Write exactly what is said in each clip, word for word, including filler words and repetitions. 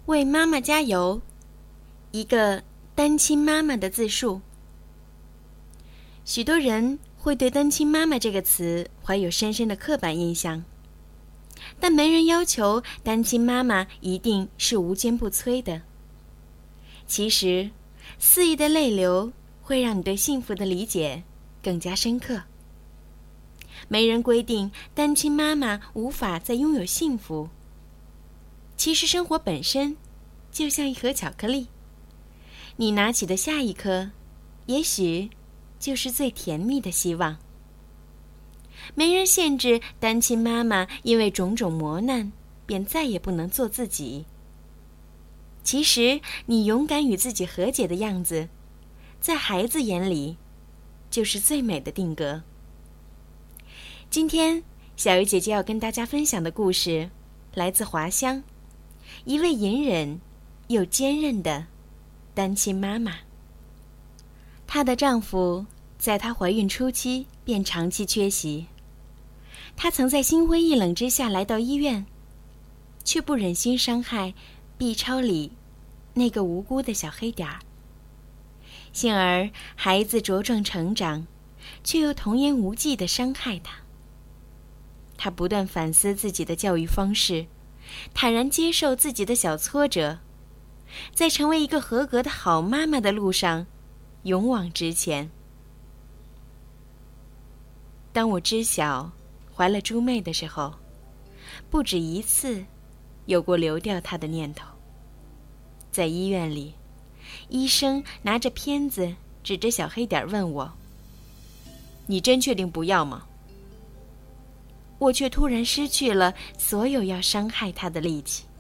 为妈妈加油，一个单亲妈妈的自述。许多人会对单亲妈妈这个词怀有深深的刻板印象，但没人要求单亲妈妈一定是无坚不摧的。其实，肆意的泪流会让你对幸福的理解更加深刻。没人规定单亲妈妈无法再拥有幸福。其实生活本身就像一盒巧克力，你拿起的下一颗，也许就是最甜蜜的希望。没人限制单亲妈妈因为种种磨难，便再也不能做自己。其实，你勇敢与自己和解的样子，在孩子眼里，就是最美的定格。今天，小鱼姐姐要跟大家分享的故事，来自华乡，一位隐忍又坚韧的单亲妈妈。她的丈夫在她怀孕初期便长期缺席，她曾在心灰意冷之下来到医院，却不忍心伤害 B 超里那个无辜的小黑点儿。幸而孩子茁壮成长，却又童言无忌地伤害她。她不断反思自己的教育方式，坦然接受自己的小挫折，在成为一个合格的好妈妈的路上勇往直前。当我知晓怀了猪妹的时候，不止一次有过流掉她的念头。在医院里，医生拿着片子指着小黑点问我：“你真确定不要吗？”我却突然失去了所有要伤害她的力气。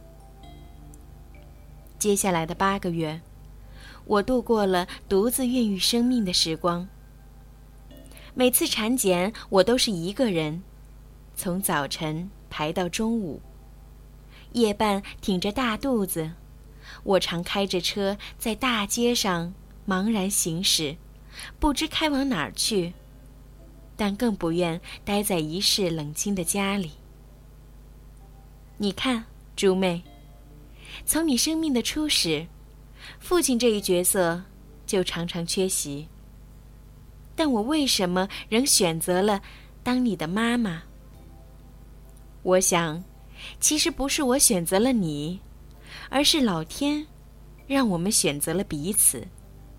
接下来的八个月，我度过了独自孕育生命的时光。每次产检，我都是一个人，从早晨排到中午。夜半挺着大肚子，我常开着车在大街上茫然行驶，不知开往哪儿去，但更不愿待在一室冷清的家里。你看，猪妹，从你生命的初始，父亲这一角色就常常缺席。但我为什么仍选择了当你的妈妈？我想，其实不是我选择了你，而是老天让我们选择了彼此。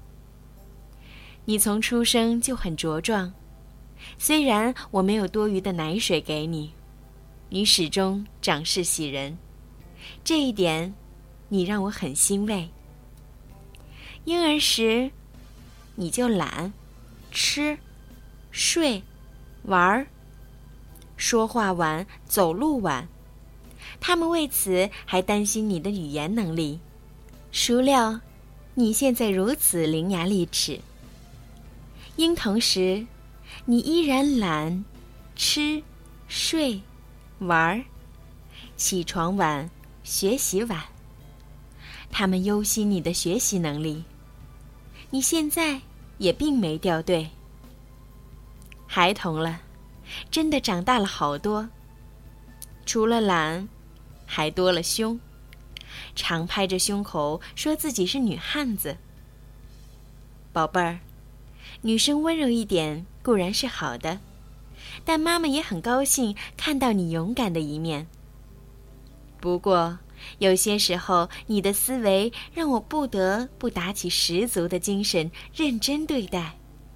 你从出生就很茁壮，虽然我没有多余的奶水给你，你始终长势喜人，这一点你让我很欣慰。婴儿时你就懒，吃、睡、玩，说话晚，走路晚，他们为此还担心你的语言能力。孰料你现在如此伶牙俐齿。婴童时你依然懒、吃、睡、玩，起床晚，学习晚，他们忧心你的学习能力。你现在也并没掉队。孩童了，真的长大了好多，除了懒，还多了胸，常拍着胸口说自己是女汉子。宝贝儿，女生温柔一点固然是好的，但妈妈也很高兴看到你勇敢的一面。不过，有些时候你的思维让我不得不打起十足的精神，认真对待。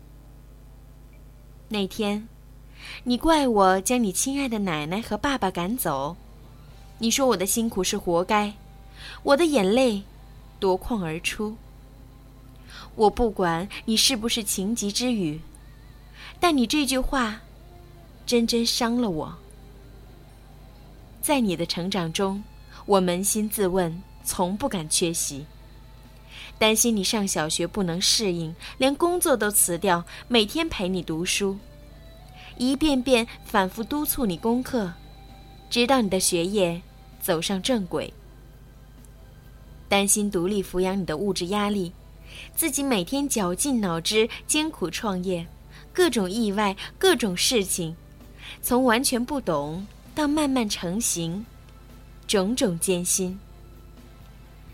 那天，你怪我将你亲爱的奶奶和爸爸赶走，你说我的辛苦是活该，我的眼泪夺眶而出。我不管你是不是情急之语，但你这句话真真伤了我。在你的成长中，我扪心自问，从不敢缺席，担心你上小学不能适应，连工作都辞掉，每天陪你读书，一遍遍反复督促你功课，直到你的学业走上正轨。担心独立抚养你的物质压力，自己每天绞尽脑汁艰苦创业，各种意外，各种事情，从完全不懂到慢慢成型，种种艰辛。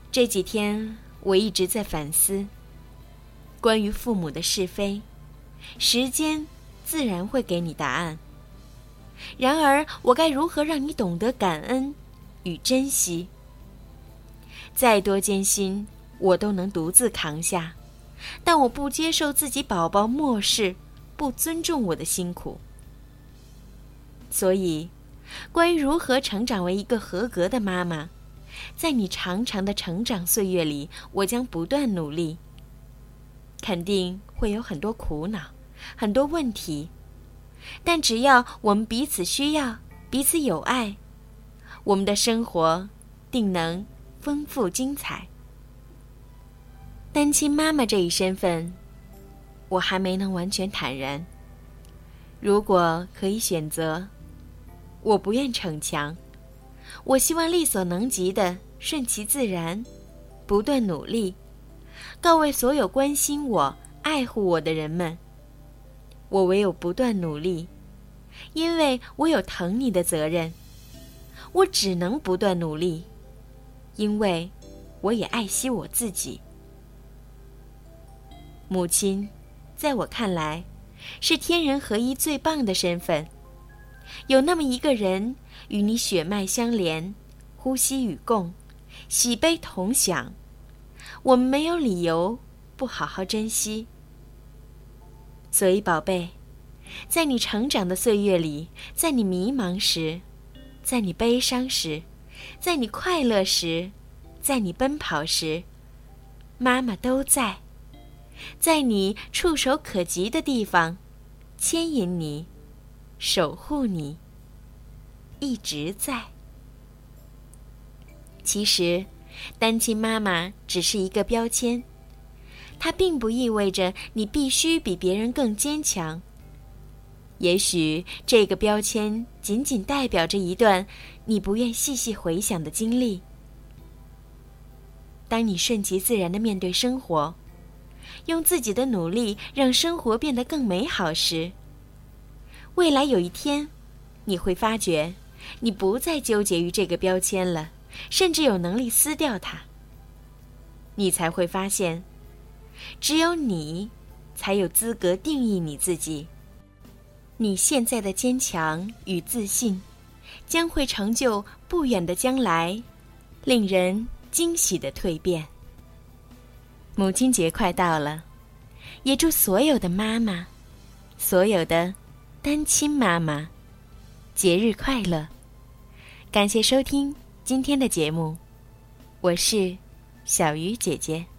这几天我一直在反思关于父母的是非，时间自然会给你答案。然而，我该如何让你懂得感恩与珍惜？再多艰辛，我都能独自扛下，但我不接受自己宝宝漠视、不尊重我的辛苦。所以，关于如何成长为一个合格的妈妈，在你长长的成长岁月里，我将不断努力。肯定会有很多苦恼，很多问题，但只要我们彼此需要，彼此有爱，我们的生活定能丰富精彩。单亲妈妈这一身份，我还没能完全坦然。如果可以选择，我不愿逞强，我希望力所能及的顺其自然，不断努力，告慰所有关心我、爱护我的人们。我唯有不断努力，因为我有疼你的责任。我只能不断努力，因为我也爱惜我自己。母亲，在我看来，是天人合一最棒的身份。有那么一个人，与你血脉相连，呼吸与共，喜悲同享，我们没有理由不好好珍惜。所以宝贝，在你成长的岁月里，在你迷茫时，在你悲伤时，在你快乐时，在你奔跑时，妈妈都在，在你触手可及的地方，牵引你，守护你，一直在。其实，单亲妈妈只是一个标签，它并不意味着你必须比别人更坚强。也许这个标签仅仅代表着一段你不愿细细回想的经历。当你顺其自然地面对生活，用自己的努力让生活变得更美好时，未来有一天，你会发觉你不再纠结于这个标签了，甚至有能力撕掉它。你才会发现，只有你才有资格定义你自己。你现在的坚强与自信，将会成就不远的将来令人惊喜的蜕变。母亲节快到了，也祝所有的妈妈，所有的单亲妈妈，节日快乐！感谢收听今天的节目，我是小鱼姐姐。